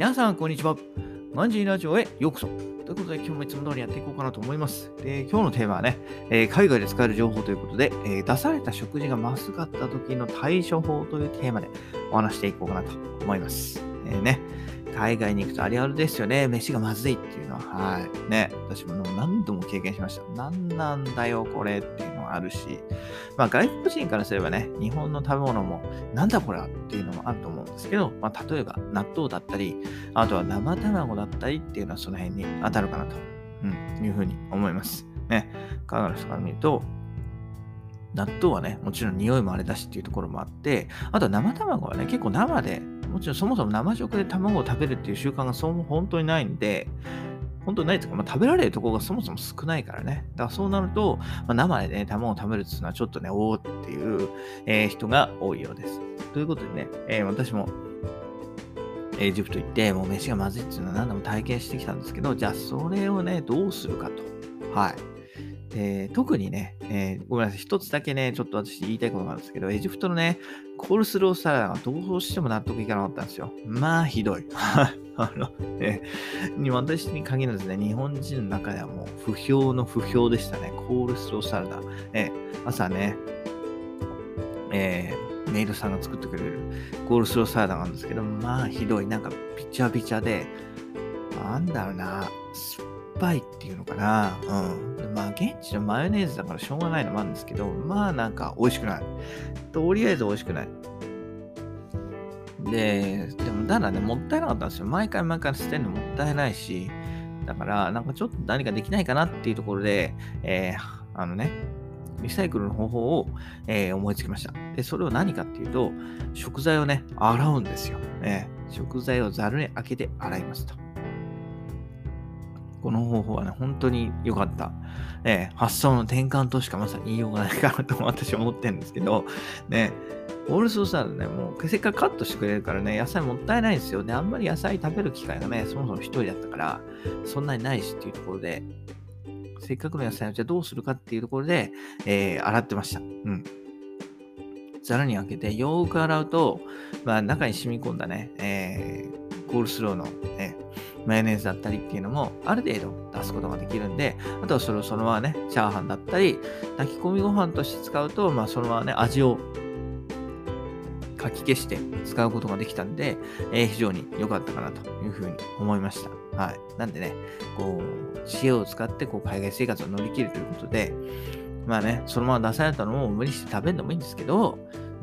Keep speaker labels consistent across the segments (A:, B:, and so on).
A: 皆さん、こんにちは。ガンジーラジオへようこそ。ということで、今日もいつも通りやっていこうかなと思います。で、今日のテーマはね、海外で使える情報ということで、出された食事がまずかった時の対処法というテーマでお話していこうかなと思います。海外に行くとありあるですよね。飯がまずいっていうのは。はい。ね。私も何度も経験しました。何なんだよ、これっていうのがあるし。外国人からすればね、日本の食べ物もなんだこれはっていうのもあると思うんですけど、例えば納豆だったり、あとは生卵だったりっていうのはその辺に当たるかなと、いうふうに思います。ね。海外の人から見ると、納豆はね、もちろん匂いもあれだしっていうところもあって、あとは生卵はね、結構生で、もちろんそもそも生食で卵を食べるっていう習慣が本当にないんで、本当にないですか、食べられるところがそもそも少ないからね。だからそうなると、生でね、卵を食べるっていうのはちょっとね、おーっていう、人が多いようです。ということでね、私もエジプト行って、もう飯がまずいっていうのは何度も体験してきたんですけど、じゃあそれをね、どうするかと。はい。特にね、ごめんなさい。一つだけね、ちょっと私言いたいことがあるんですけど、エジプトのね、コールスローサラダがどうしても納得いかなかったんですよ。ひどい。はい。私に限らずね、日本人の中ではもう不評の不評でしたね。コールスローサラダ。朝ね、メイドさんが作ってくれるコールスローサラダなんですけど、ひどい。なんか、びちゃびちゃで、なんだろうな、酸っぱいっていうのかな。現地のマヨネーズだからしょうがないのもあるんですけど、なんか美味しくない。とりあえず美味しくない。でもただね、もったいなかったんですよ。毎回捨てるのもったいないし、だから、なんかちょっと何かできないかなっていうところで、リサイクルの方法を、思いつきました。で、それを何かっていうと、食材をね、洗うんですよ。食材をざるに開けて洗いますと。この方法はね、本当に良かった。発想の転換としかまさに言いようがないかなと私は思ってるんですけど、ね、オールソースサラダね、もうせっかくカットしてくれるからね、野菜もったいないんですよ。で、あんまり野菜食べる機会がね、そもそも一人だったから、そんなにないしっていうところで、せっかくの野菜をじゃあどうするかっていうところで、洗ってました。ざるに開けてよーく洗うと、中に染み込んだね、コールスローの、マヨネーズだったりっていうのもある程度出すことができるんで、あとはそれをそのままね、チャーハンだったり、炊き込みご飯として使うと、そのままね、味をかき消して使うことができたんで、非常に良かったかなというふうに思いました。はい。なんでね、知恵を使って海外生活を乗り切るということで、そのまま出されたのも無理して食べるのもいいんですけど、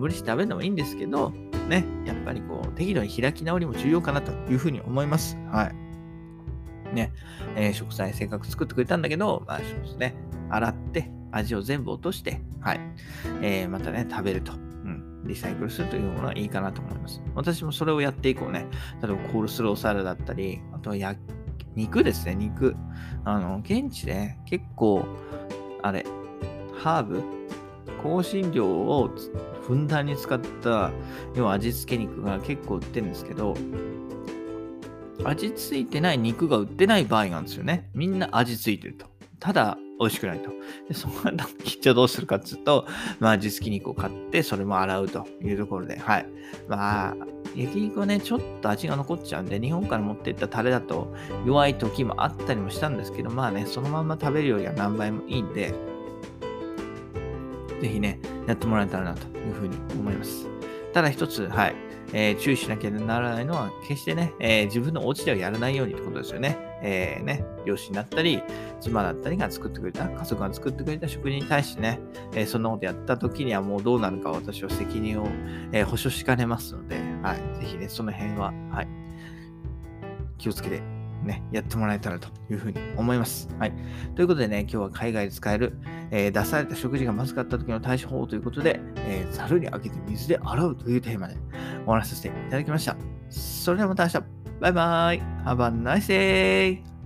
A: ね、やっぱり適度に開き直りも重要かなというふうに思います。はい。ね、食材せっかく作ってくれたんだけど、そうですね、洗って味を全部落として、はい。またね、食べると。リサイクルするというものはいいかなと思います。私もそれをやっていこうね。例えばコールスローサラダだったり、あとは肉ですね、肉。現地で結構、ハーブ香辛料をふんだんに使った、要は味付け肉が結構売ってるんですけど、味付いてない肉が売ってない場合なんですよね。みんな味付いてると。ただ、美味しくないと。で、そこはじゃあどうするかっていうと、味付き肉を買って、それも洗うというところで、はい。焼肉はね、ちょっと味が残っちゃうんで、日本から持っていったタレだと弱い時もあったりもしたんですけど、そのまんま食べるよりは何倍もいいんで、ぜひね、やってもらえたらなというふうに思います。ただ一つ、はい。注意しなきゃならないのは、決してね、自分のお家ではやらないようにってことですよね。両親だったり、妻だったりが作ってくれた、家族が作ってくれた食事に対してね、そんなことやった時にはもうどうなるか私は責任を、保証しかねますので、はい。ぜひね、その辺は、はい。気をつけてね、やってもらえたらというふうに思います。はい。ということでね、今日は海外で使える、出された食事がまずかった時の対処法ということで、ざるに開けて水で洗うというテーマでお話しさせていただきました。それではまた明日。バイバイ。Have a nice day!